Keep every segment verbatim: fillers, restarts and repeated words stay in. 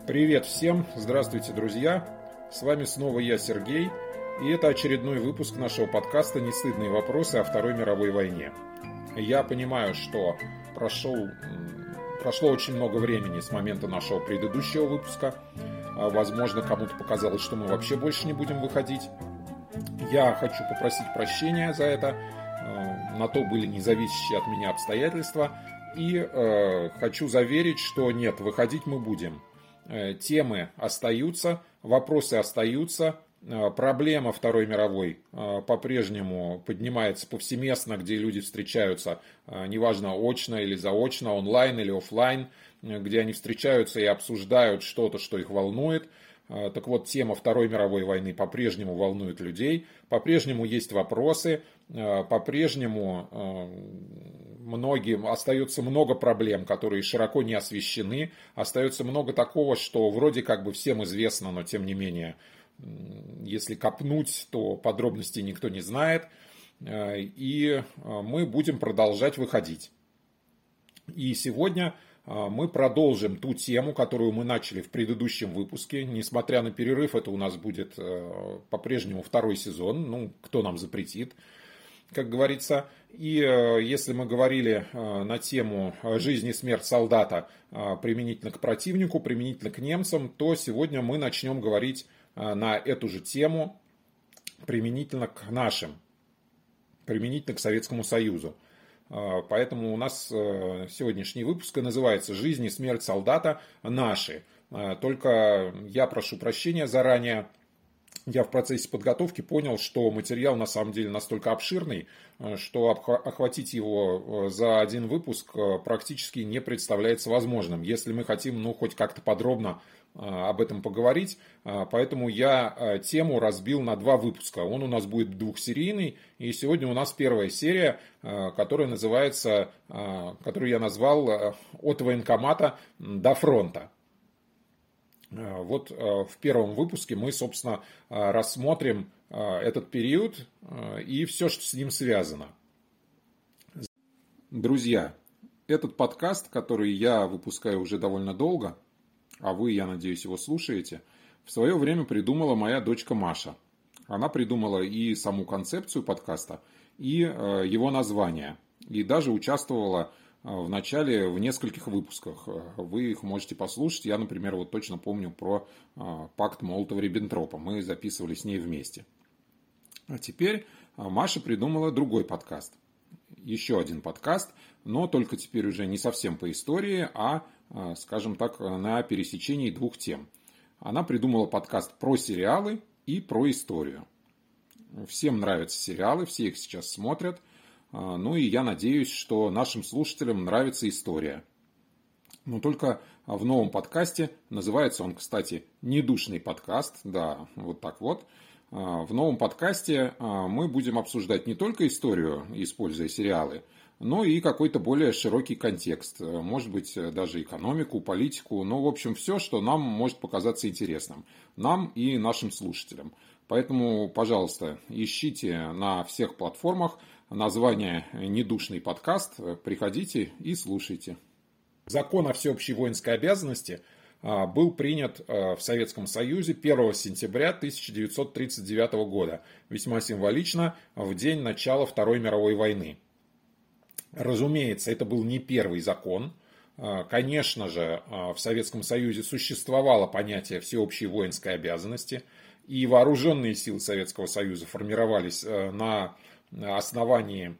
Привет всем, здравствуйте, друзья! С вами снова я, Сергей, и это очередной выпуск нашего подкаста «Нестыдные вопросы о Второй мировой войне». Я понимаю, что прошел, прошло очень много времени с момента нашего предыдущего выпуска. Возможно, кому-то показалось, что мы вообще больше не будем выходить. Я хочу попросить прощения за это. На то были независящие от меня обстоятельства. И э, хочу заверить, что нет, выходить мы будем. Э, темы остаются, вопросы остаются. Э, проблема Второй мировой э, по-прежнему поднимается повсеместно, где люди встречаются, э, неважно, очно или заочно, онлайн или офлайн, э, где они встречаются и обсуждают что-то, что их волнует. Э, так вот, тема Второй мировой войны по-прежнему волнует людей, по-прежнему есть вопросы, э, по-прежнему... Э, Многим остается много проблем, которые широко не освещены. Остается много такого, что вроде как бы всем известно, но тем не менее, если копнуть, то подробностей никто не знает. И мы будем продолжать выходить. И сегодня мы продолжим ту тему, которую мы начали в предыдущем выпуске. Несмотря на перерыв, это у нас будет по-прежнему второй сезон. Ну, кто нам запретит, как говорится. И если мы говорили на тему «Жизнь и смерть солдата» применительно к противнику, применительно к немцам, то сегодня мы начнем говорить на эту же тему применительно к нашим, применительно к Советскому Союзу. Поэтому у нас сегодняшний выпуск называется «Жизнь и смерть солдата наши». Только я прошу прощения заранее. Я в процессе подготовки понял, что материал на самом деле настолько обширный, что охватить его за один выпуск практически не представляется возможным, если мы хотим, ну, хоть как-то подробно об этом поговорить. Поэтому я тему разбил на два выпуска. Он у нас будет двухсерийный, и сегодня у нас первая серия, которая называется, которую я назвал «От военкомата до фронта». Вот в первом выпуске мы, собственно, рассмотрим этот период и все, что с ним связано. Друзья, этот подкаст, который я выпускаю уже довольно долго, а вы, я надеюсь, его слушаете, в свое время придумала моя дочка Маша. Она придумала и саму концепцию подкаста, и его название, и даже участвовала в начале в нескольких выпусках. Вы их можете послушать. Я, например, вот точно помню про пакт Молотова-Риббентропа. Мы записывали с ней вместе. А теперь Маша придумала другой подкаст. Еще один подкаст, но только теперь уже не совсем по истории, а, скажем так, на пересечении двух тем. Она придумала подкаст про сериалы и про историю. Всем нравятся сериалы, все их сейчас смотрят. Ну и я надеюсь, что нашим слушателям нравится история. Но только в новом подкасте, называется он, кстати, «Недушный подкаст», да, вот так вот. В новом подкасте мы будем обсуждать не только историю, используя сериалы, но и какой-то более широкий контекст. Может быть, даже экономику, политику, ну, в общем, все, что нам может показаться интересным. Нам и нашим слушателям. Поэтому, пожалуйста, ищите на всех платформах название «Недушный подкаст», приходите и слушайте. Закон о всеобщей воинской обязанности был принят в Советском Союзе первого сентября тысяча девятьсот тридцать девятого года, весьма символично, в день начала Второй мировой войны. Разумеется, это был не первый закон. Конечно же, в Советском Союзе существовало понятие всеобщей воинской обязанности, и вооруженные силы Советского Союза формировались на основании,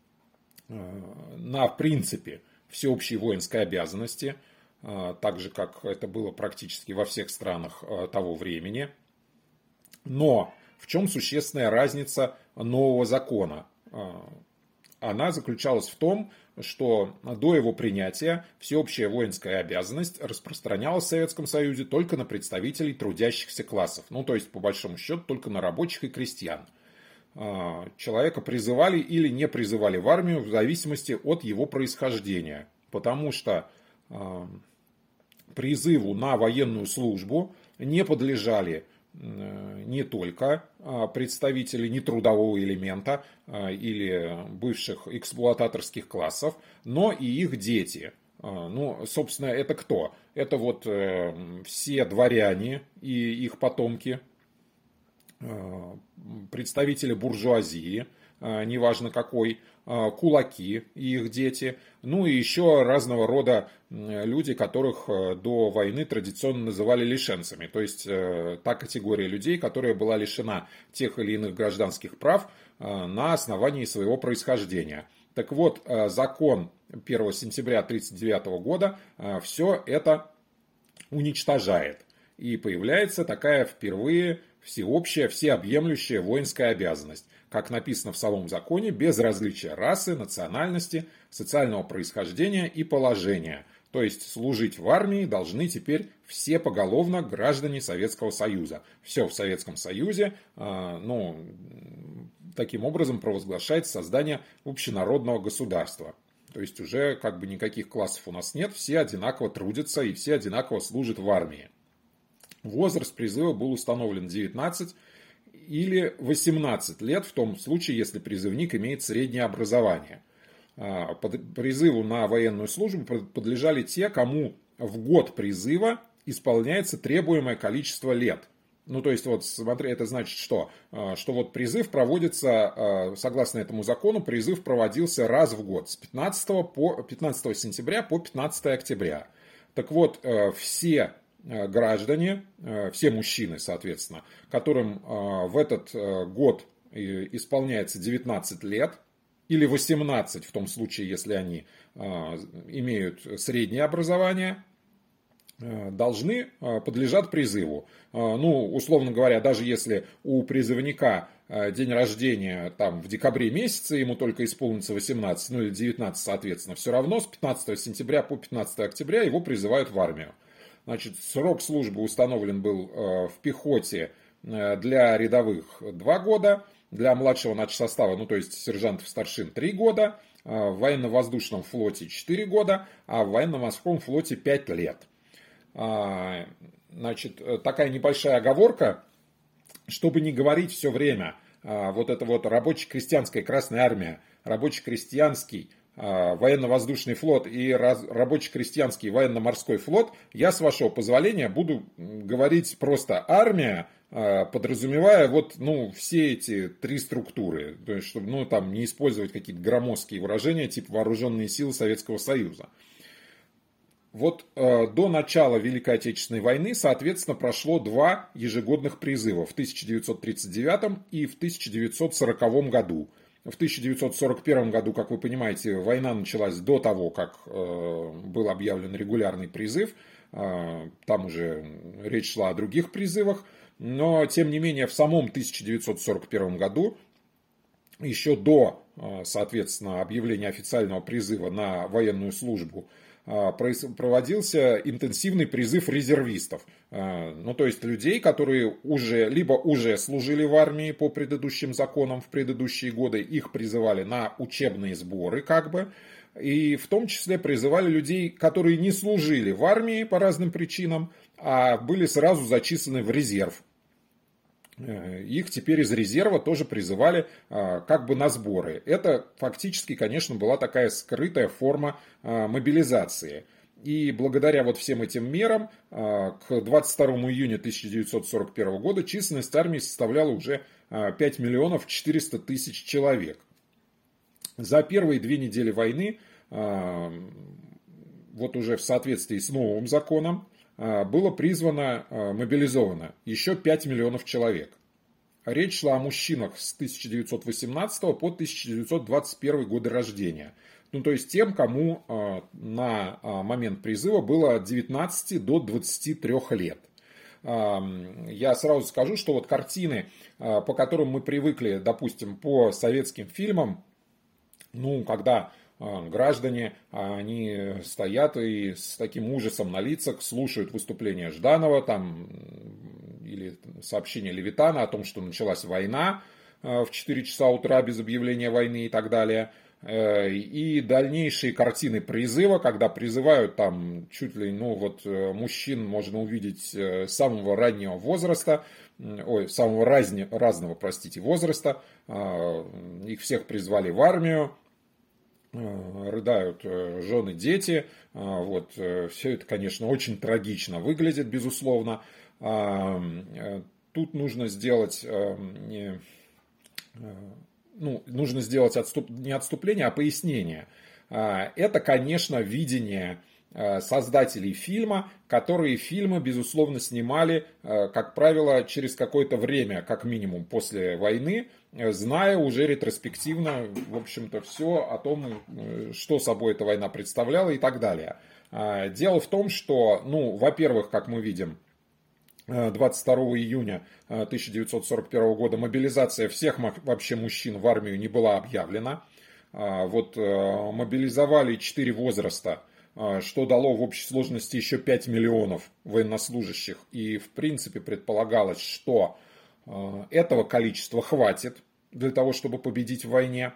на принципе всеобщей воинской обязанности, так же, как это было практически во всех странах того времени. Но в чем существенная разница нового закона? Она заключалась в том, что до его принятия всеобщая воинская обязанность распространялась в Советском Союзе только на представителей трудящихся классов. Ну, то есть, по большому счету, только на рабочих и крестьян. Человека призывали или не призывали в армию в зависимости от его происхождения. Потому что призыву на военную службу не подлежали не только представители нетрудового элемента или бывших эксплуататорских классов, но и их дети. Ну, собственно, это кто? Это вот все дворяне и их потомки, представители буржуазии, неважно какой, кулаки и их дети, ну и еще разного рода люди, которых до войны традиционно называли лишенцами. То есть та категория людей, которая была лишена тех или иных гражданских прав на основании своего происхождения. Так вот, закон первого сентября тысяча девятьсот тридцать девятого года все это уничтожает. И появляется такая впервые всеобщая, всеобъемлющая воинская обязанность. Как написано в самом законе, без различия расы, национальности, социального происхождения и положения. То есть служить в армии должны теперь все поголовно граждане Советского Союза. Все в Советском Союзе, ну, таким образом провозглашается создание общенародного государства. То есть уже как бы никаких классов у нас нет, все одинаково трудятся и все одинаково служат в армии. Возраст призыва был установлен девятнадцать или восемнадцать лет в том случае, если призывник имеет среднее образование. Под призыву на военную службу подлежали те, кому в год призыва исполняется требуемое количество лет. Ну, то есть, вот, смотри, это значит что? Что вот призыв проводится, согласно этому закону, призыв проводился раз в год, с пятнадцатого, по, пятнадцатого сентября по пятнадцатое октября. Так вот, все граждане, все мужчины, соответственно, которым в этот год исполняется девятнадцать лет, или восемнадцать в том случае, если они имеют среднее образование, должны, подлежат призыву. Ну, условно говоря, даже если у призывника день рождения там, в декабре месяце, ему только исполнится восемнадцать, ну или девятнадцать, соответственно, все равно с пятнадцатого сентября по пятнадцатое октября его призывают в армию. Значит, срок службы установлен был в пехоте для рядовых два года, для младшего начсостава, ну то есть сержантов старшин три года, в военно-воздушном флоте четыре года, а в военно-морском флоте пять лет. Значит, такая небольшая оговорка, чтобы не говорить все время, вот это вот рабоче-крестьянская Красная Армия, рабоче-крестьянский военно-воздушный флот и рабоче-крестьянский военно-морской флот, я, с вашего позволения, буду говорить просто армия, подразумевая вот, ну, все эти три структуры, то есть, чтобы, ну, там, не использовать какие-то громоздкие выражения, типа вооруженные силы Советского Союза. Вот э, до начала Великой Отечественной войны, соответственно, прошло два ежегодных призыва в тысяча девятьсот тридцать девятом и в тысяча девятьсот сороковом году. В тысяча девятьсот сорок первом году, как вы понимаете, война началась до того, как э, был объявлен регулярный призыв. Э, там уже речь шла о других призывах. Но, тем не менее, в самом тысяча девятьсот сорок первом году, еще до, э, соответственно, объявления официального призыва на военную службу, проводился интенсивный призыв резервистов. Ну, то есть людей, которые уже, либо уже служили в армии по предыдущим законам в предыдущие годы, их призывали на учебные сборы, как бы, и в том числе призывали людей, которые не служили в армии по разным причинам, а были сразу зачислены в резерв. Их теперь из резерва тоже призывали как бы на сборы. Это фактически, конечно, была такая скрытая форма мобилизации. И благодаря вот всем этим мерам к двадцать второму июня тысяча девятьсот сорок первого года численность армии составляла уже пять миллионов четыреста тысяч человек. За первые две недели войны, вот уже в соответствии с новым законом, было призвано, мобилизовано еще пять миллионов человек. Речь шла о мужчинах с тысяча девятьсот восемнадцатого по тысяча девятьсот двадцать первый годы рождения. Ну, то есть тем, кому на момент призыва было от девятнадцати до двадцати трёх лет. Я сразу скажу, что вот картины, по которым мы привыкли, допустим, по советским фильмам, ну, когда граждане, они стоят и с таким ужасом на лицах слушают выступление Жданова там, или сообщение Левитана о том, что началась война в четыре часа утра без объявления войны и так далее. И дальнейшие картины призыва, когда призывают там чуть ли, ну вот мужчин можно увидеть с самого раннего возраста, ой, самого разни, разного, простите, возраста, их всех призвали в армию. рыдают жены, дети. Вот. Все это, конечно, очень трагично выглядит, безусловно. Тут нужно сделать, ну, нужно сделать отступ, не отступление, а пояснение. Это, конечно, видение создателей фильма, которые фильмы, безусловно, снимали, как правило, через какое-то время, как минимум после войны, зная уже ретроспективно, в общем-то, все о том, что собой эта война представляла и так далее. Дело в том, что, ну, во-первых, как мы видим, двадцать второго июня тысяча девятьсот сорок первого года мобилизация всех вообще мужчин в армию не была объявлена. Вот мобилизовали четыре возраста, что дало в общей сложности еще пять миллионов военнослужащих. И в принципе предполагалось, что этого количества хватит для того, чтобы победить в войне.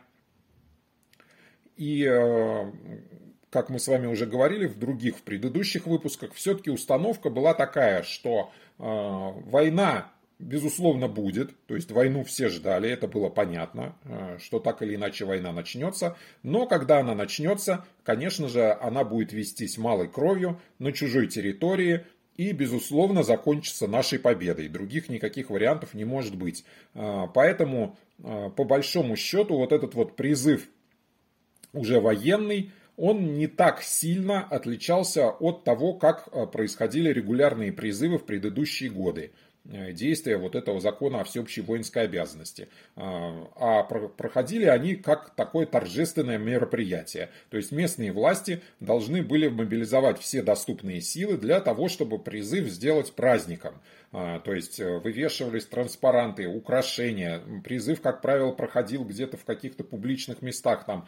И, как мы с вами уже говорили в других, в предыдущих выпусках, все-таки установка была такая, что война, безусловно, будет. То есть войну все ждали, это было понятно, что так или иначе война начнется. Но когда она начнется, конечно же, она будет вестись малой кровью на чужой территории и, безусловно, закончится нашей победой. Других никаких вариантов не может быть. Поэтому, по большому счету, вот этот вот призыв уже военный, он не так сильно отличался от того, как происходили регулярные призывы в предыдущие годы действия вот этого закона о всеобщей воинской обязанности. А проходили они как такое торжественное мероприятие. То есть местные власти должны были мобилизовать все доступные силы для того, чтобы призыв сделать праздником. То есть вывешивались транспаранты, украшения. Призыв, как правило, проходил где-то в каких-то публичных местах, там,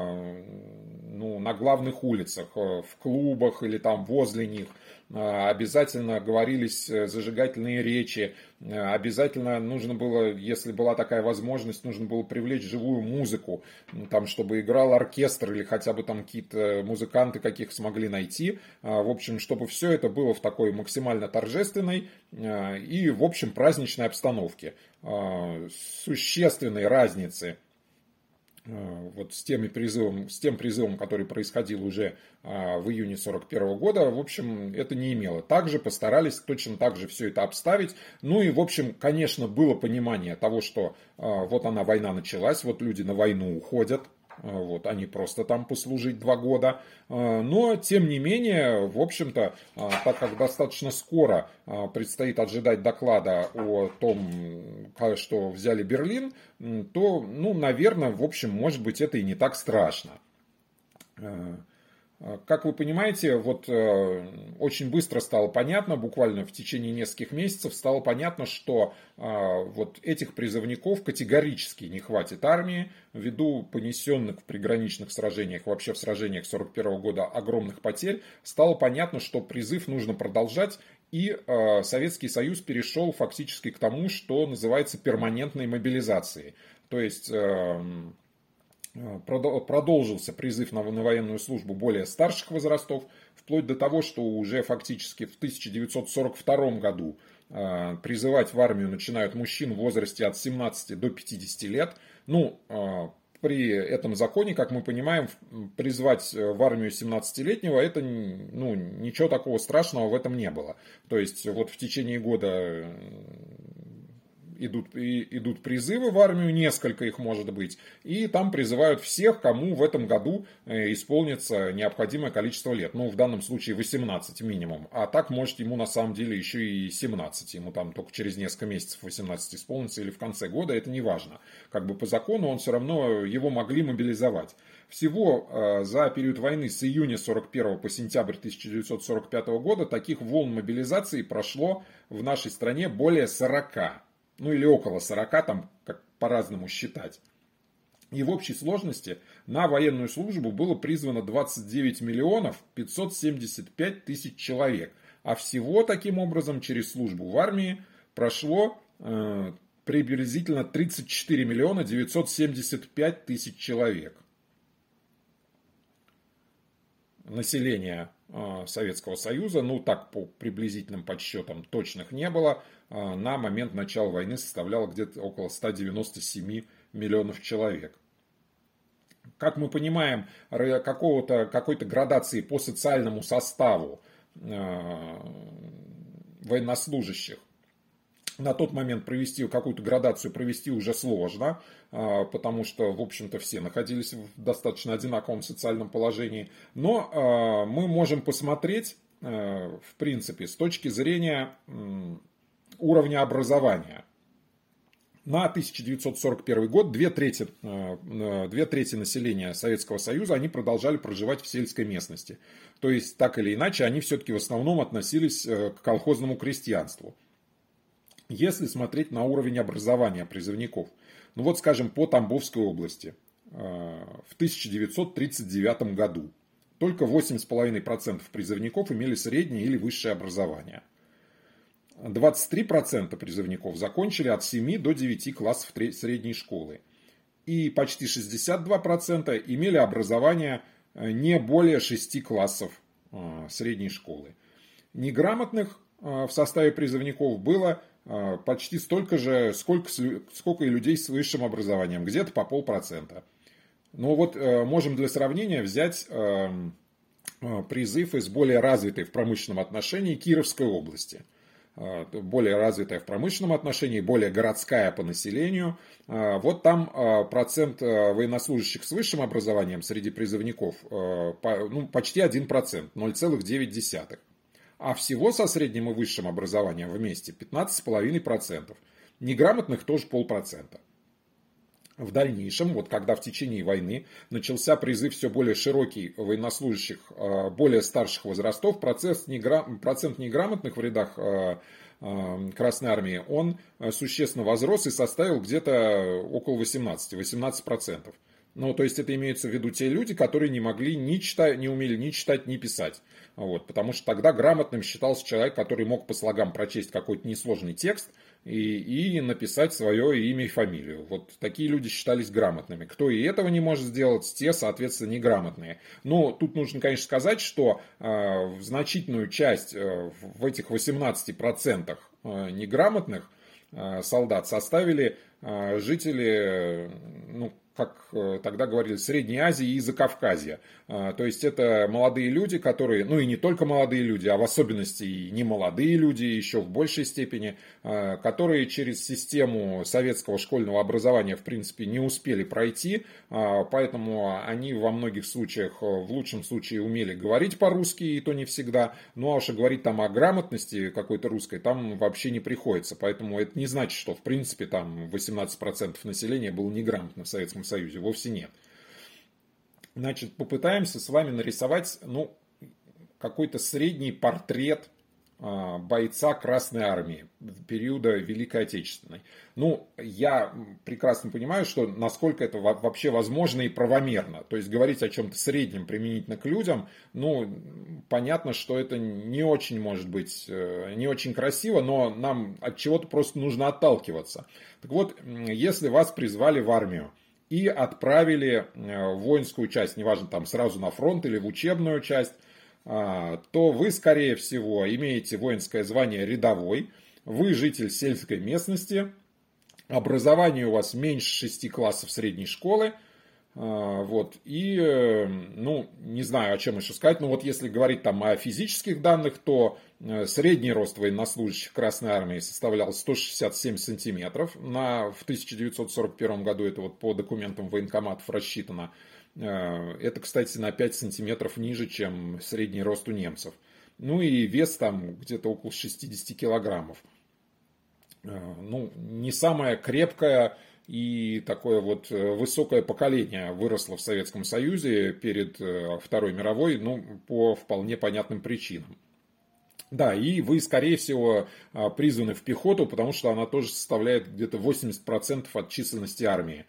ну, на главных улицах, в клубах или там возле них. Обязательно говорились зажигательные речи, обязательно нужно было, если была такая возможность, нужно было привлечь живую музыку, там, чтобы играл оркестр или хотя бы там какие-то музыканты, каких смогли найти. В общем, чтобы все это было в такой максимально торжественной и, в общем, праздничной обстановке. Существенной разницы вот с, теми призывом, с тем призывом, который происходил уже в июне сорок первого года, в общем, это не имело. Также постарались точно так же все это обставить. Ну и, в общем, конечно, было понимание того, что вот она, война началась, вот люди на войну уходят. Вот, а не просто там послужить два года. Но, тем не менее, в общем-то, так как достаточно скоро предстоит ожидать доклада о том, что взяли Берлин, то, ну, наверное, в общем, может быть, это и не так страшно. Как вы понимаете, вот э, очень быстро стало понятно, буквально в течение нескольких месяцев стало понятно, что э, вот этих призывников категорически не хватит армии, ввиду понесенных в приграничных сражениях, вообще в сражениях сорок первого года огромных потерь. Стало понятно, что призыв нужно продолжать, и э, Советский Союз перешел фактически к тому, что называется перманентной мобилизацией. То есть Э, продолжился призыв на военную службу более старших возрастов, вплоть до того, что уже фактически в тысяча девятьсот сорок втором году призывать в армию начинают мужчин в возрасте от семнадцати до пятидесяти лет. Ну, при этом законе, как мы понимаем, призвать в армию семнадцатилетнего, это, ну, ничего такого страшного в этом не было. То есть вот в течение года Идут, и, идут призывы в армию, несколько их может быть, и там призывают всех, кому в этом году исполнится необходимое количество лет. Ну, в данном случае восемнадцать минимум, а так может ему на самом деле еще и семнадцать, ему там только через несколько месяцев восемнадцать исполнится или в конце года, это не важно. Как бы по закону он все равно, его могли мобилизовать. Всего э, за период войны с июня сорок первого по сентябрь тысяча девятьсот сорок пятого года таких волн мобилизации прошло в нашей стране более сорока. Ну или около сорока, там как по-разному считать. И в общей сложности на военную службу было призвано двадцать девять миллионов пятьсот семьдесят пять тысяч человек. А всего таким образом через службу в армии прошло э, приблизительно тридцать четыре миллиона девятьсот семьдесят пять тысяч человек. Население Советского Союза, ну так по приблизительным подсчетам точных не было, на момент начала войны составляло где-то около ста девяноста семи миллионов человек. как мы понимаем, какого-то, какой-то градации по социальному составу военнослужащих на тот момент провести какую-то градацию провести уже сложно, потому что, в общем-то, все находились в достаточно одинаковом социальном положении. Но мы можем посмотреть, в принципе, с точки зрения уровня образования. На тысяча девятьсот сорок первый год две трети, две трети населения Советского Союза они продолжали проживать в сельской местности. То есть, так или иначе, они все-таки в основном относились к колхозному крестьянству. Если смотреть на уровень образования призывников, ну вот, скажем, по Тамбовской области в тысяча девятьсот тридцать девятом году только восемь целых пять десятых процента призывников имели среднее или высшее образование. двадцать три процента призывников закончили от семи до девяти классов средней школы. И почти шестьдесят два процента имели образование не более шести классов средней школы. Неграмотных в составе призывников было почти столько же, сколько, сколько и людей с высшим образованием, где-то по полпроцента. Но вот можем для сравнения взять призыв из более развитой в промышленном отношении Кировской области. Более развитая в промышленном отношении, более городская по населению. Вот там процент военнослужащих с высшим образованием среди призывников ну, почти один процент, ноль целых девять десятых. А всего со средним и высшим образованием вместе пятнадцать целых пять десятых процента. Неграмотных тоже полпроцента. В дальнейшем, вот когда в течение войны начался призыв все более широкий военнослужащих более старших возрастов, процент, негра... процент неграмотных в рядах Красной Армии, он существенно возрос и составил где-то около восемнадцати процентов. Ну, то есть это имеется в виду те люди, которые не могли ни читать, не умели ни читать, ни писать. Вот, потому что тогда грамотным считался человек, который мог по слогам прочесть какой-то несложный текст и, и написать свое имя и фамилию. Вот такие люди считались грамотными. Кто и этого не может сделать, те, соответственно, неграмотные. Но тут нужно, конечно, сказать, что э, значительную часть э, в этих восемнадцати процентах э, неграмотных э, солдат составили э, жители, ну, как тогда говорили, Средней Азии и Закавказья. То есть это молодые люди, которые, ну и не только молодые люди, а в особенности и не молодые люди, еще в большей степени, которые через систему советского школьного образования в принципе не успели пройти, поэтому они во многих случаях, в лучшем случае, умели говорить по-русски, и то не всегда, ну а уж и говорить там о грамотности какой-то русской там вообще не приходится, поэтому это не значит, что в принципе там восемнадцать процентов населения было неграмотно в Советском Союзе, вовсе нет. Значит, попытаемся с вами нарисовать, ну, какой-то средний портрет а, бойца Красной Армии периода Великой Отечественной. Ну, я прекрасно понимаю, что насколько это вообще возможно и правомерно. То есть говорить о чем-то среднем применительно к людям, ну, понятно, что это не очень может быть, не очень красиво, но нам от чего-то просто нужно отталкиваться. Так вот, если вас призвали в армию, и отправили в воинскую часть, неважно, там сразу на фронт или в учебную часть, то вы, скорее всего, имеете воинское звание рядовой, вы житель сельской местности, образование у вас меньше шести классов средней школы, вот, и, ну, не знаю, о чем еще сказать, но вот если говорить там о физических данных, то средний рост военнослужащих Красной Армии составлял сто шестьдесят семь сантиметров, на, в тысяча девятьсот сорок первом году это вот по документам военкоматов рассчитано, это, кстати, на пять сантиметров ниже, чем средний рост у немцев, ну и вес там где-то около шестидесяти килограммов, ну, не самая крепкая и такое вот высокое поколение выросло в Советском Союзе перед Второй мировой, ну, по вполне понятным причинам. Да, и вы, скорее всего, призваны в пехоту, потому что она тоже составляет где-то восемьдесят процентов от численности армии.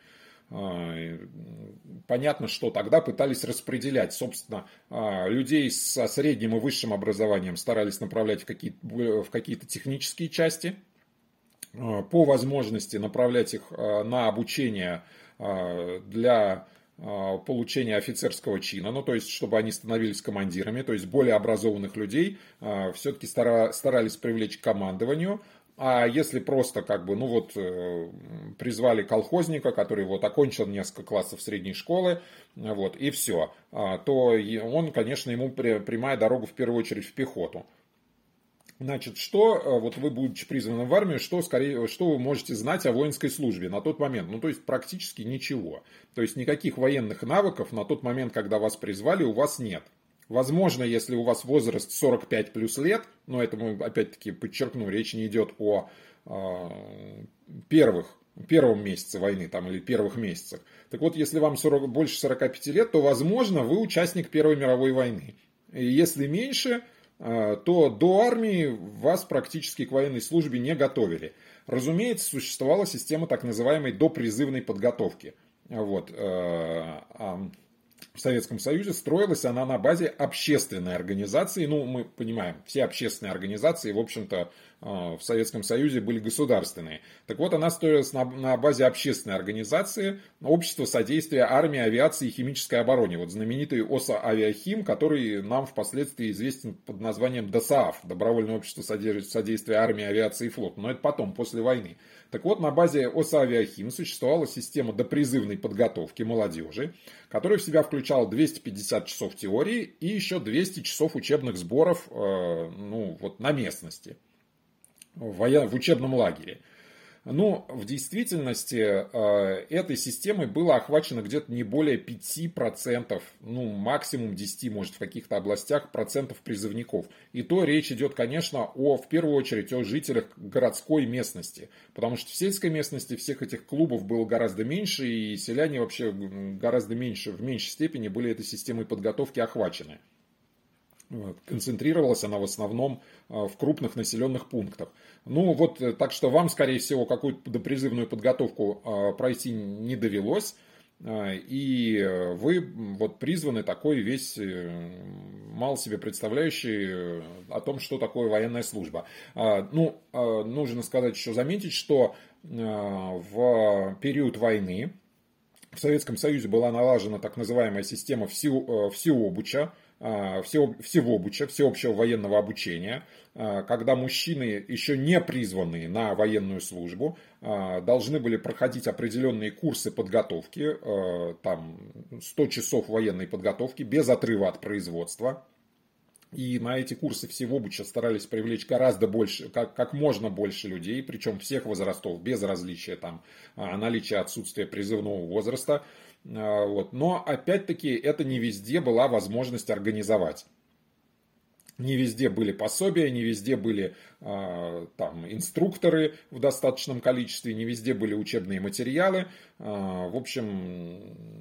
Понятно, что тогда пытались распределять. Собственно, людей со средним и высшим образованием старались направлять в какие-то, в какие-то технические части, по возможности направлять их на обучение для получения офицерского чина, ну то есть чтобы они становились командирами, то есть более образованных людей все-таки старались привлечь к командованию, А если просто как бы, ну вот, призвали колхозника, который вот окончил несколько классов средней школы, вот, и все, то он, конечно, ему прямая дорога в первую очередь в пехоту. Значит, что, вот вы будете призваны в армию, что, скорее, что вы можете знать о воинской службе на тот момент? Ну, то есть, практически ничего. То есть, никаких военных навыков на тот момент, когда вас призвали, у вас нет. Возможно, если у вас возраст сорок пять плюс лет, но это, опять-таки, подчеркну, речь не идет о э, первых, первом месяце войны там, или первых месяцах. Так вот, если вам сорок, больше сорока пяти лет, то, возможно, вы участник Первой мировой войны. И если меньше, э, то до армии вас практически к военной службе не готовили. Разумеется, существовала система так называемой допризывной подготовки. Вот, э, э, в Советском Союзе строилась она на базе общественной организации. Ну, мы понимаем, все общественные организации, в общем-то, в Советском Союзе были государственные. Так вот, она строилась на, на базе общественной организации Общество содействия армии, авиации и химической обороне. Вот знаменитый ОСА-Авиахим, который нам впоследствии известен под названием ДОСААФ, Добровольное общество содействия армии, авиации и флоту. Но это потом, после войны. Так вот, на базе ОСА-Авиахим существовала система допризывной подготовки молодежи, которая в себя включала двести пятьдесят часов теории и еще двести часов учебных сборов э, ну, вот, на местности, в, воен... в учебном лагере. Ну, в действительности э, этой системой было охвачено где-то не более пяти процентов, ну, максимум десяти, может, в каких-то областях, процентов призывников. И то речь идет, конечно, о, в первую очередь о жителях городской местности. Потому что в сельской местности всех этих клубов было гораздо меньше, и селяне вообще гораздо меньше, в меньшей степени были этой системой подготовки охвачены. Концентрировалась она в основном в крупных населенных пунктах. Ну вот, так что вам, скорее всего, какую-то допризывную подготовку пройти не довелось. И вы вот призваны такой весь мало себе представляющий о том, что такое военная служба. Ну, нужно сказать, еще заметить, что в период войны в Советском Союзе была налажена так называемая система всеобуча, всеобуча, всеобщего военного обучения, когда мужчины, еще не призванные на военную службу, должны были проходить определенные курсы подготовки, там сто часов военной подготовки без отрыва от производства. И на эти курсы всеобуча старались привлечь гораздо больше, как, как можно больше людей, причем всех возрастов, без различия там, наличия отсутствия призывного возраста. Вот. Но опять-таки это не везде была возможность организовать. Не везде были пособия, не везде были э, там, инструкторы в достаточном количестве, не везде были учебные материалы. Э, в общем,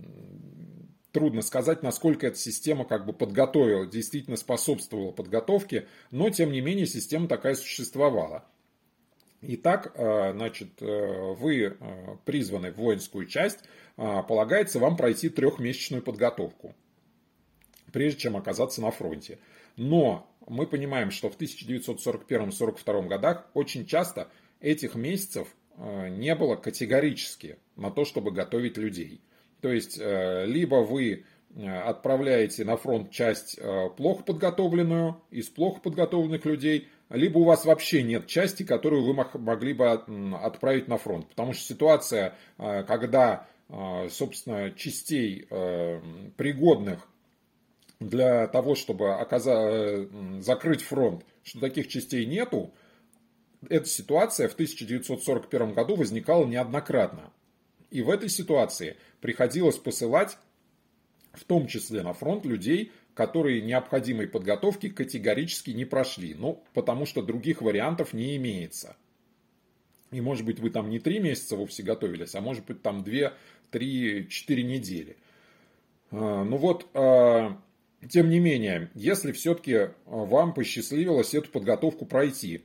трудно сказать, насколько эта система как бы подготовила, действительно способствовала подготовке, но тем не менее система такая существовала. Итак, значит, вы призваны в воинскую часть, полагается вам пройти трехмесячную подготовку, прежде чем оказаться на фронте. Но мы понимаем, что в тысяча девятьсот сорок первом — сорок втором годах очень часто этих месяцев не было категорически на то, чтобы готовить людей. То есть, либо вы отправляете на фронт часть плохо подготовленную из плохо подготовленных людей, либо у вас вообще нет части, которую вы могли бы отправить на фронт. Потому что ситуация, когда, собственно, частей пригодных для того, чтобы оказать, закрыть фронт, что таких частей нету, эта ситуация в тысяча девятьсот сорок первом году возникала неоднократно. И в этой ситуации приходилось посылать, в том числе на фронт, людей, которые необходимой подготовки категорически не прошли. Ну, потому что других вариантов не имеется. И может быть вы там не три месяца вовсе готовились, а может быть там две, три, четыре недели. Ну вот, тем не менее, если все-таки вам посчастливилось эту подготовку пройти,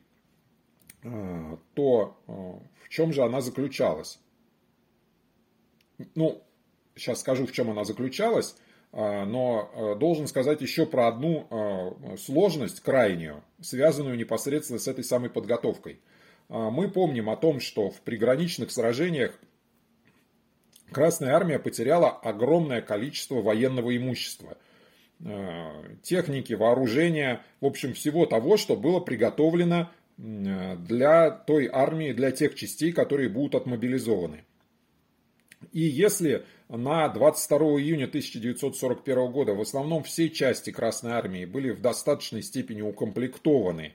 то в чем же она заключалась? Ну, сейчас скажу, в чем она заключалась, но должен сказать еще про одну сложность крайнюю, связанную непосредственно с этой самой подготовкой. Мы помним о том, что в приграничных сражениях Красная Армия потеряла огромное количество военного имущества, техники, вооружения, в общем, всего того, что было приготовлено для той армии, для тех частей, которые будут отмобилизованы. И если на двадцать второго июня тысяча девятьсот сорок первого года в основном все части Красной Армии были в достаточной степени укомплектованы,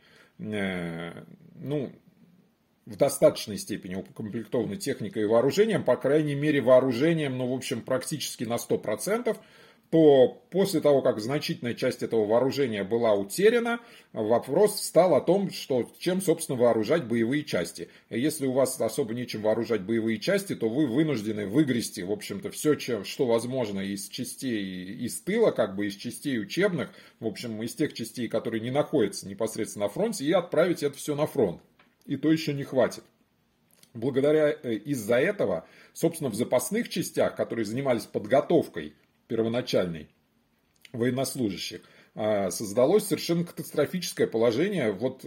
ну, в достаточной степени укомплектованы техникой и вооружением, по крайней мере вооружением, ну, в общем, практически на сто процентов, то после того, как значительная часть этого вооружения была утеряна, вопрос встал о том, что чем, собственно, вооружать боевые части. Если у вас особо нечем вооружать боевые части, то вы вынуждены выгрести, в общем-то, все, что возможно из частей из тыла, как бы из частей учебных, в общем, из тех частей, которые не находятся непосредственно на фронте, и отправить это все на фронт. И то еще не хватит. Благодаря из-за этого, собственно, в запасных частях, которые занимались подготовкой первоначальной военнослужащих, создалось совершенно катастрофическое положение вот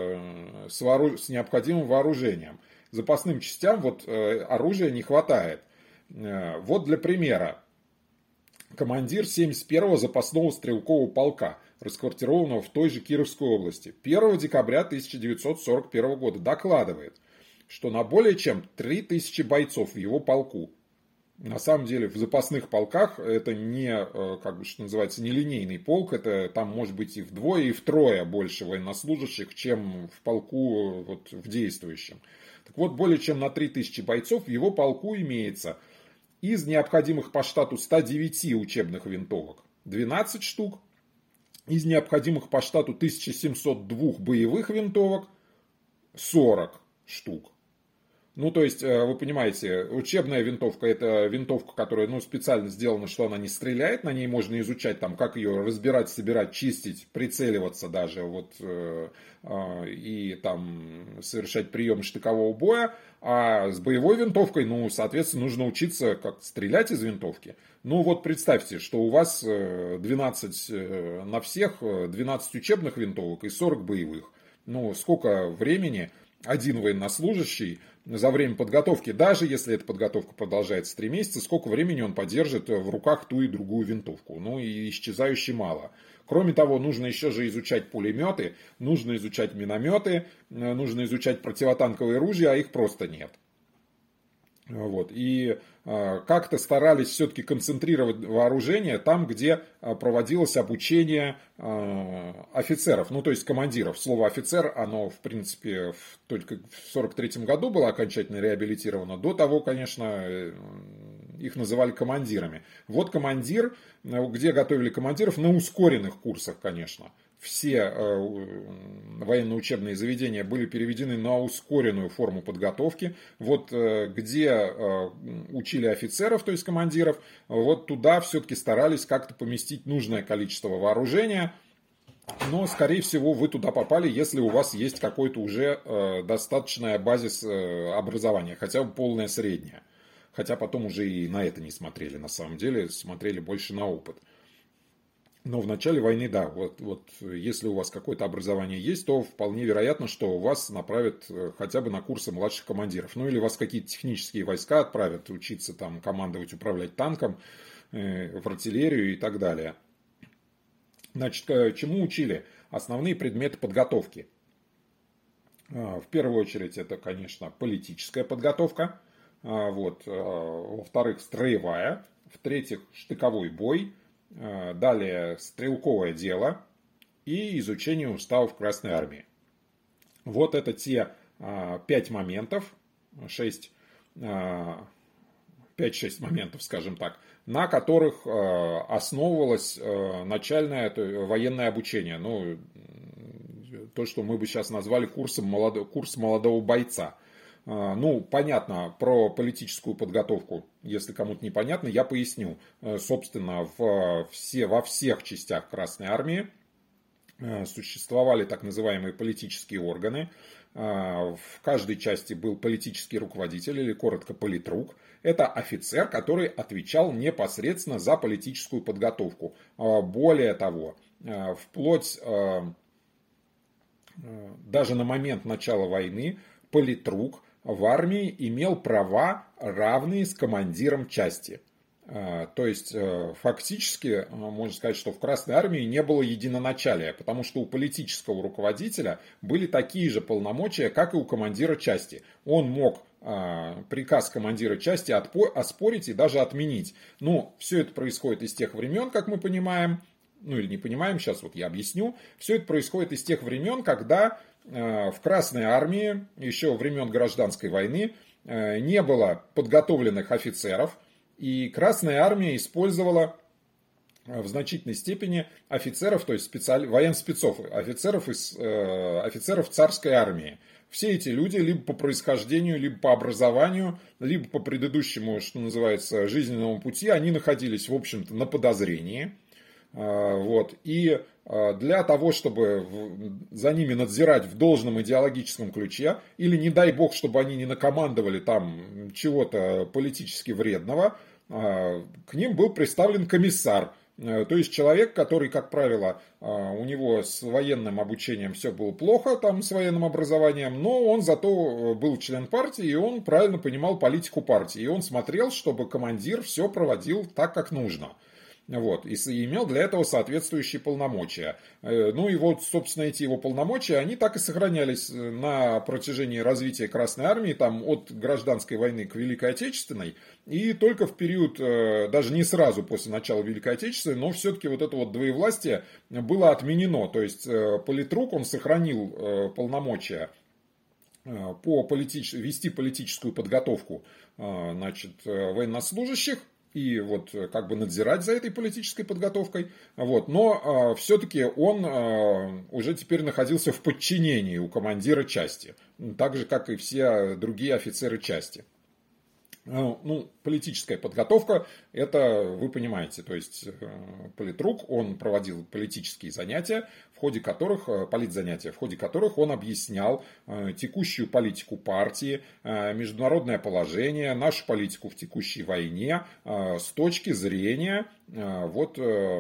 с, вооруж... с необходимым вооружением. Запасным частям вот оружия не хватает. Вот для примера. Командир семьдесят первого запасного стрелкового полка, расквартированного в той же Кировской области, первого декабря тысяча девятьсот сорок первого года докладывает, что на более чем три тысячи бойцов в его полку. На самом деле в запасных полках это не, как бы, что называется, не линейный полк, это там может быть и вдвое, и втрое больше военнослужащих, чем в полку вот, в действующем. Так вот, более чем на три тысячи бойцов в его полку имеется из необходимых по штату ста девяти учебных винтовок двенадцать штук, из необходимых по штату тысяча семьсот два боевых винтовок сорок штук. Ну, то есть, вы понимаете, учебная винтовка — это винтовка, которая, ну, специально сделана, что она не стреляет, на ней можно изучать, там, как ее разбирать, собирать, чистить, прицеливаться даже, вот, э, э, и там совершать прием штыкового боя. А с боевой винтовкой, ну, соответственно, нужно учиться, как стрелять из винтовки. Ну, вот представьте, что у вас двенадцать на всех, двенадцать учебных винтовок и сорок боевых. Ну, сколько времени один военнослужащий за время подготовки, даже если эта подготовка продолжается три месяца, сколько времени он подержит в руках ту и другую винтовку. Ну и исчезающе мало. Кроме того, нужно еще же изучать пулеметы, нужно изучать минометы, нужно изучать противотанковые ружья, а их просто нет. Вот. И э, как-то старались все-таки концентрировать вооружение там, где э, проводилось обучение э, офицеров, ну то есть командиров. Слово офицер, оно в принципе в, только в сорок третьем году было окончательно реабилитировано. До того, конечно, э, их называли командирами. Вот командир, э, где готовили командиров на ускоренных курсах, конечно. Все э, военно-учебные заведения были переведены на ускоренную форму подготовки. Вот э, где э, учили офицеров, то есть командиров, вот туда все-таки старались как-то поместить нужное количество вооружения. Но, скорее всего, вы туда попали, если у вас есть какой-то уже э, достаточная базис э, образования, хотя бы полное среднее. Хотя потом уже и на это не смотрели, на самом деле, смотрели больше на опыт. Но в начале войны, да, вот, вот если у вас какое-то образование есть, то вполне вероятно, что вас направят хотя бы на курсы младших командиров. Ну или вас какие-то технические войска отправят учиться там командовать, управлять танком, э, в артиллерию и так далее. Значит, чему учили? Основные предметы подготовки. В первую очередь это, конечно, политическая подготовка. Вот. Во-вторых, строевая. В-третьих, штыковой бой. Далее стрелковое дело и изучение уставов Красной Армии. Вот это те а, пять моментов, шесть, а, пять-шесть моментов, скажем так, на которых а, основывалось а, начальное то, военное обучение. Ну, то, что мы бы сейчас назвали курсом молодо, курс молодого бойца. Ну, понятно, про политическую подготовку, если кому-то непонятно, я поясню. Собственно, в все, во всех частях Красной Армии существовали так называемые политические органы. В каждой части был политический руководитель, или коротко политрук. Это офицер, который отвечал непосредственно за политическую подготовку. Более того, вплоть даже на момент начала войны политрук в армии имел права, равные с командиром части. То есть, фактически, можно сказать, что в Красной Армии не было единоначалия, потому что у политического руководителя были такие же полномочия, как и у командира части. Он мог приказ командира части оспорить и даже отменить. Но все это происходит из тех времен, как мы понимаем, ну или не понимаем, сейчас вот я объясню. Все это происходит из тех времен, когда в Красной Армии, еще времен Гражданской войны, не было подготовленных офицеров, и Красная Армия использовала в значительной степени офицеров, то есть специаль... военспецов, офицеров, из, э, офицеров царской армии. Все эти люди либо по происхождению, либо по образованию, либо по предыдущему, что называется, жизненному пути, они находились, в общем-то, на подозрении. Э, вот. И э, для того, чтобы в, за ними надзирать в должном идеологическом ключе, или, не дай бог, чтобы они не накомандовали там чего-то политически вредного, э, к ним был представлен комиссар. То есть человек, который, как правило, у него с военным обучением все было плохо, там, с военным образованием, но он зато был член партии, и он правильно понимал политику партии. И он смотрел, чтобы командир все проводил так, как нужно. Вот, и имел для этого соответствующие полномочия. Ну и вот, собственно, эти его полномочия, они так и сохранялись на протяжении развития Красной Армии, там, от Гражданской войны к Великой Отечественной, и только в период, даже не сразу после начала Великой Отечественной, но все-таки вот это вот двоевластие было отменено. То есть политрук, он сохранил полномочия по политич... вести политическую подготовку, значит, военнослужащих, и вот как бы надзирать за этой политической подготовкой. Вот. Но э, все-таки он э, уже теперь находился в подчинении у командира части. Так же, как и все другие офицеры части. Ну, политическая подготовка, это вы понимаете, то есть политрук, он проводил политические занятия, в ходе которых, политзанятия, в ходе которых он объяснял текущую политику партии, международное положение, нашу политику в текущей войне с точки зрения вот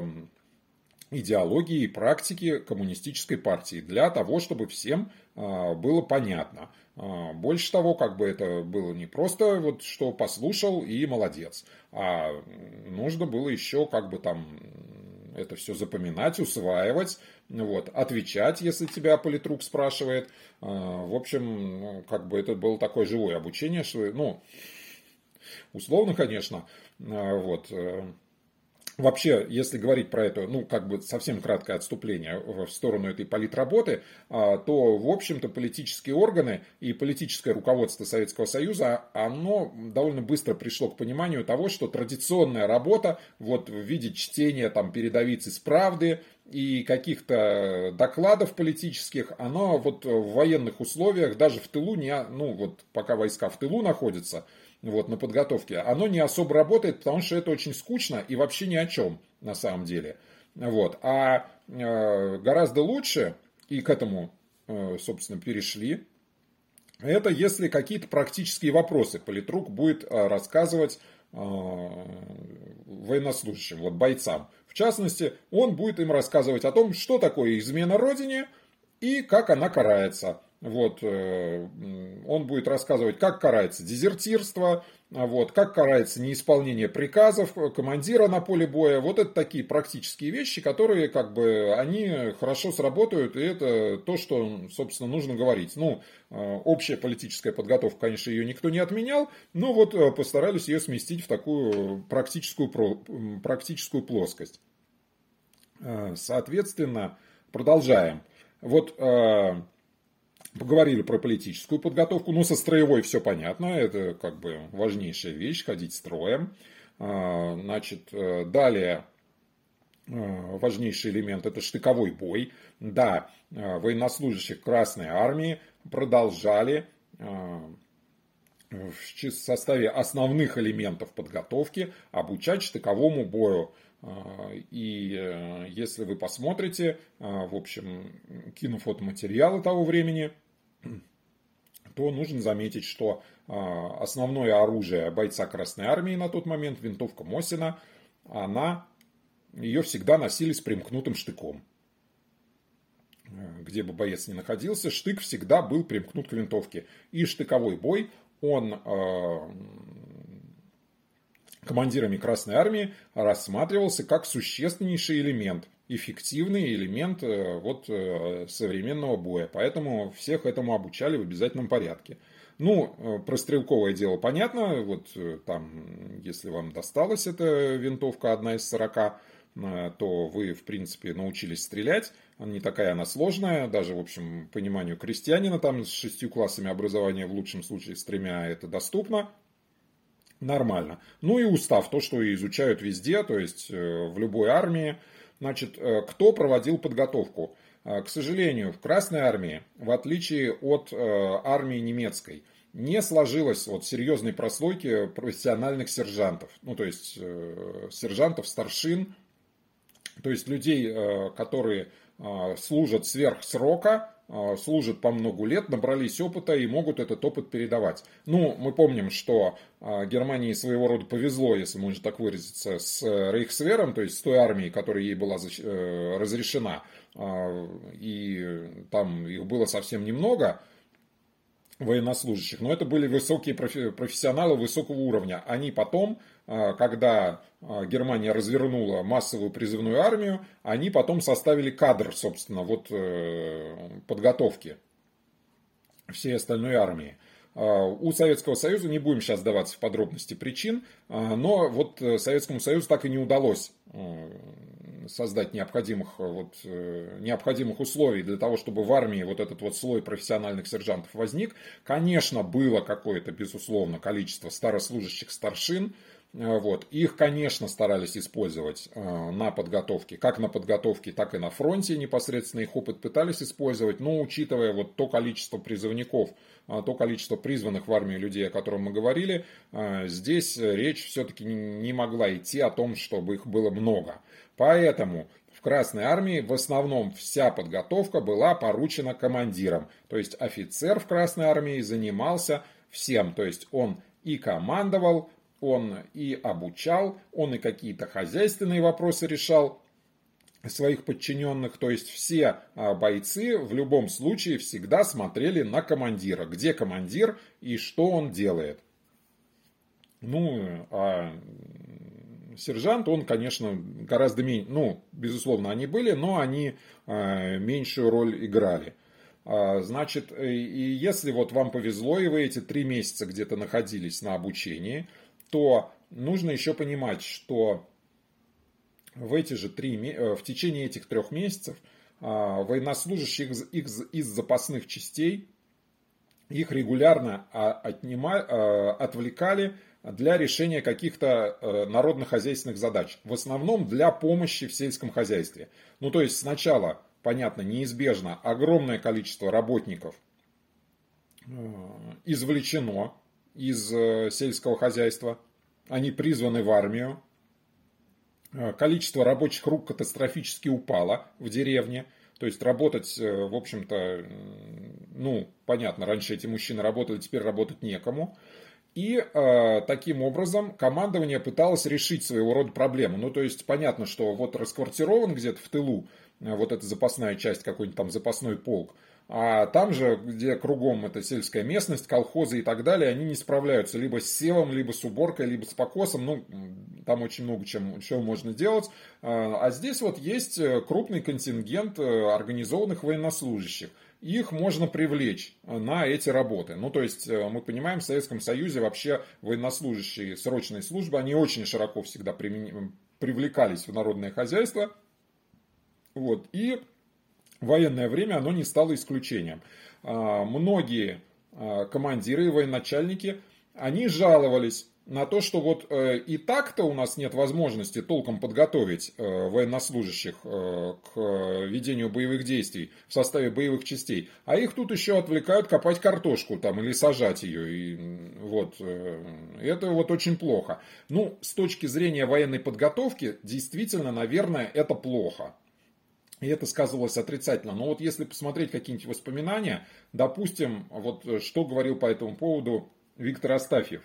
идеологии и практики коммунистической партии, для того, чтобы всем было понятно. Больше того, как бы это было не просто вот что послушал и молодец, а нужно было еще как бы там это все запоминать, усваивать, вот, отвечать, если тебя политрук спрашивает. В общем, как бы это было такое живое обучение, что, ну, условно, конечно, вот. Вообще, если говорить про это, ну, как бы совсем краткое отступление в сторону этой политработы, то, в общем-то, политические органы и политическое руководство Советского Союза, оно довольно быстро пришло к пониманию того, что традиционная работа вот в виде чтения там передовиц из «Правды» и каких-то докладов политических, оно вот в военных условиях, даже в тылу, не, ну, вот пока войска в тылу находятся, вот, на подготовке, оно не особо работает, потому что это очень скучно и вообще ни о чем на самом деле. Вот. А э, гораздо лучше, и к этому, э, собственно, перешли, это если какие-то практические вопросы политрук будет э, рассказывать э, военнослужащим, вот, бойцам. В частности, он будет им рассказывать о том, что такое измена Родине и как она карается. Вот, он будет рассказывать, как карается дезертирство, вот, как карается неисполнение приказов командира на поле боя. Вот это такие практические вещи, которые как бы они хорошо сработают, и это то, что, собственно, нужно говорить. Ну, общая политическая подготовка, конечно, ее никто не отменял, но вот постарались ее сместить в такую практическую, практическую плоскость. Соответственно, продолжаем. Вот... Поговорили про политическую подготовку. Ну, со строевой все понятно. Это как бы важнейшая вещь, ходить строем. Значит, далее важнейший элемент – это штыковой бой. Да, военнослужащих Красной Армии продолжали в составе основных элементов подготовки обучать штыковому бою. И если вы посмотрите, в общем, кинофотоматериалы того времени, то нужно заметить, что основное оружие бойца Красной Армии на тот момент, винтовка Мосина, она, ее всегда носили с примкнутым штыком. Где бы боец ни находился, штык всегда был примкнут к винтовке. И штыковой бой, он командирами Красной Армии рассматривался как существеннейший элемент, эффективный элемент вот, современного боя. Поэтому всех этому обучали в обязательном порядке. Ну, про стрелковое дело понятно. Вот там, если вам досталась эта винтовка одна из сорока, то вы, в принципе, научились стрелять. Она не такая она сложная. Даже, в общем, пониманию крестьянина там с шестью классами образования, в лучшем случае с тремя, это доступно. Нормально. Ну и устав, то, что изучают везде, то есть в любой армии. Значит, кто проводил подготовку? К сожалению, в Красной Армии, в отличие от армии немецкой, не сложилось вот серьезной прослойки профессиональных сержантов. Ну, то есть сержантов, старшин, то есть людей, которые служат сверх срока, служат по многу лет, набрались опыта и могут этот опыт передавать. Ну, мы помним, что Германии своего рода повезло, если можно так выразиться, с Рейхсвером, то есть с той армией, которая ей была разрешена. И там их было совсем немного, военнослужащих, но это были высокие профессионалы высокого уровня. Они потом, когда Германия развернула массовую призывную армию, они потом составили кадр, собственно, вот подготовки всей остальной армии. У Советского Союза, не будем сейчас вдаваться в подробности причин, но вот Советскому Союзу так и не удалось создать необходимых, вот, необходимых условий для того, чтобы в армии вот этот вот слой профессиональных сержантов возник. Конечно, было какое-то, безусловно, количество старослужащих старшин. Вот. Их, конечно, старались использовать на подготовке, как на подготовке, так и на фронте непосредственно их опыт пытались использовать, но учитывая вот то количество призывников, то количество призванных в армию людей, о котором мы говорили, здесь речь все-таки не могла идти о том, чтобы их было много. Поэтому в Красной Армии в основном вся подготовка была поручена командирам, то есть офицер в Красной Армии занимался всем, то есть он и командовал, он и обучал, он и какие-то хозяйственные вопросы решал своих подчиненных. То есть все бойцы в любом случае всегда смотрели на командира. Где командир и что он делает. Ну, а сержант, он, конечно, гораздо меньше, ну, безусловно, они были, но они меньшую роль играли. Значит, и если вот вам повезло, и вы эти три месяца где-то находились на обучении, то нужно еще понимать, что в, эти же три, в течение этих трех месяцев военнослужащих из, из, из запасных частей их регулярно отнима, отвлекали для решения каких-то народно-хозяйственных задач. В основном для помощи в сельском хозяйстве. Ну, то есть сначала, понятно, неизбежно огромное количество работников извлечено из сельского хозяйства, они призваны в армию. Количество рабочих рук катастрофически упало в деревне. То есть работать, в общем-то, ну, понятно, раньше эти мужчины работали, теперь работать некому. И э, таким образом командование пыталось решить своего рода проблему. Ну, то есть понятно, что вот расквартирован где-то в тылу вот эта запасная часть, какой-нибудь там запасной полк. А там же, где кругом это сельская местность, колхозы и так далее, они не справляются либо с севом, либо с уборкой, либо с покосом. Ну, там очень много чем, чего можно делать. А здесь вот есть крупный контингент организованных военнослужащих. Их можно привлечь на эти работы. Ну, то есть, мы понимаем, в Советском Союзе вообще военнослужащие срочной службы, они очень широко всегда привлекались в народное хозяйство. Вот, и в военное время оно не стало исключением. Многие командиры и военачальники, они жаловались на то, что вот и так-то у нас нет возможности толком подготовить военнослужащих к ведению боевых действий в составе боевых частей, а их тут еще отвлекают копать картошку там или сажать ее. И вот, это вот очень плохо. Ну, с точки зрения военной подготовки, действительно, наверное, это плохо. И это сказывалось отрицательно. Но вот если посмотреть какие-нибудь воспоминания, допустим, вот что говорил по этому поводу Виктор Астафьев,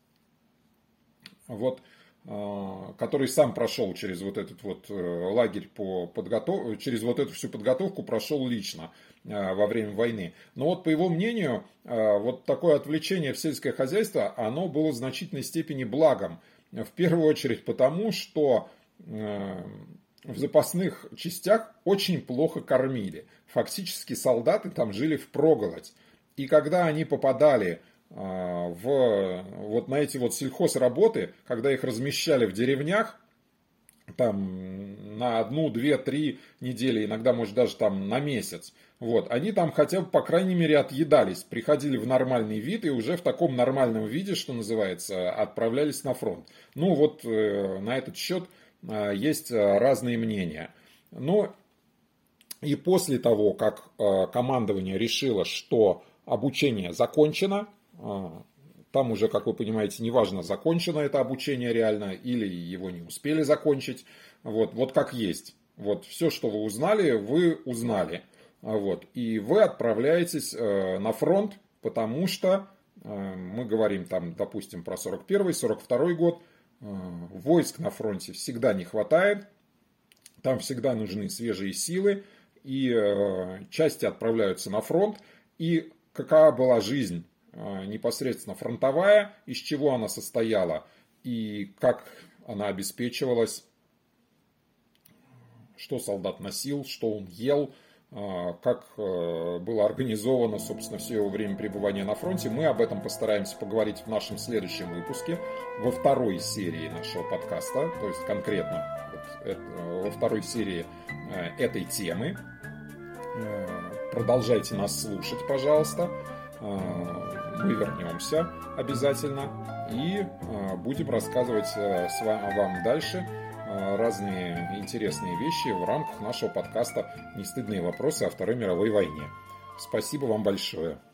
вот, который сам прошел через вот этот вот лагерь по подготовке, через вот эту всю подготовку прошел лично во время войны. Но вот по его мнению, вот такое отвлечение в сельское хозяйство, оно было в значительной степени благом. В первую очередь потому, что в запасных частях очень плохо кормили. Фактически солдаты там жили впроголодь. И когда они попадали в, вот на эти вот сельхозработы, когда их размещали в деревнях, там на одну, две, три недели, иногда, может, даже там на месяц, вот, они там хотя бы, по крайней мере, отъедались, приходили в нормальный вид и уже в таком нормальном виде, что называется, отправлялись на фронт. Ну, вот э, на этот счет э, есть разные мнения. Но и после того, как э, командование решило, что обучение закончено, э, там уже, как вы понимаете, неважно, закончено это обучение реально или его не успели закончить. Вот, вот как есть. Вот все, что вы узнали, вы узнали. Вот, и вы отправляетесь э, на фронт, потому что э, мы говорим там, допустим, про сорок первый, сорок второй год. Э, войск на фронте всегда не хватает. Там всегда нужны свежие силы. И э, части отправляются на фронт. И какова была жизнь непосредственно фронтовая, из чего она состояла и как она обеспечивалась, что солдат носил, что он ел, как было организовано, собственно, все его время пребывания на фронте. Мы об этом постараемся поговорить в нашем следующем выпуске, во второй серии нашего подкаста, то есть конкретно вот это, во второй серии этой темы. Продолжайте нас слушать, пожалуйста. Мы вернемся обязательно и будем рассказывать с вами, вам дальше разные интересные вещи в рамках нашего подкаста «Нестыдные вопросы о Второй мировой войне». Спасибо вам большое.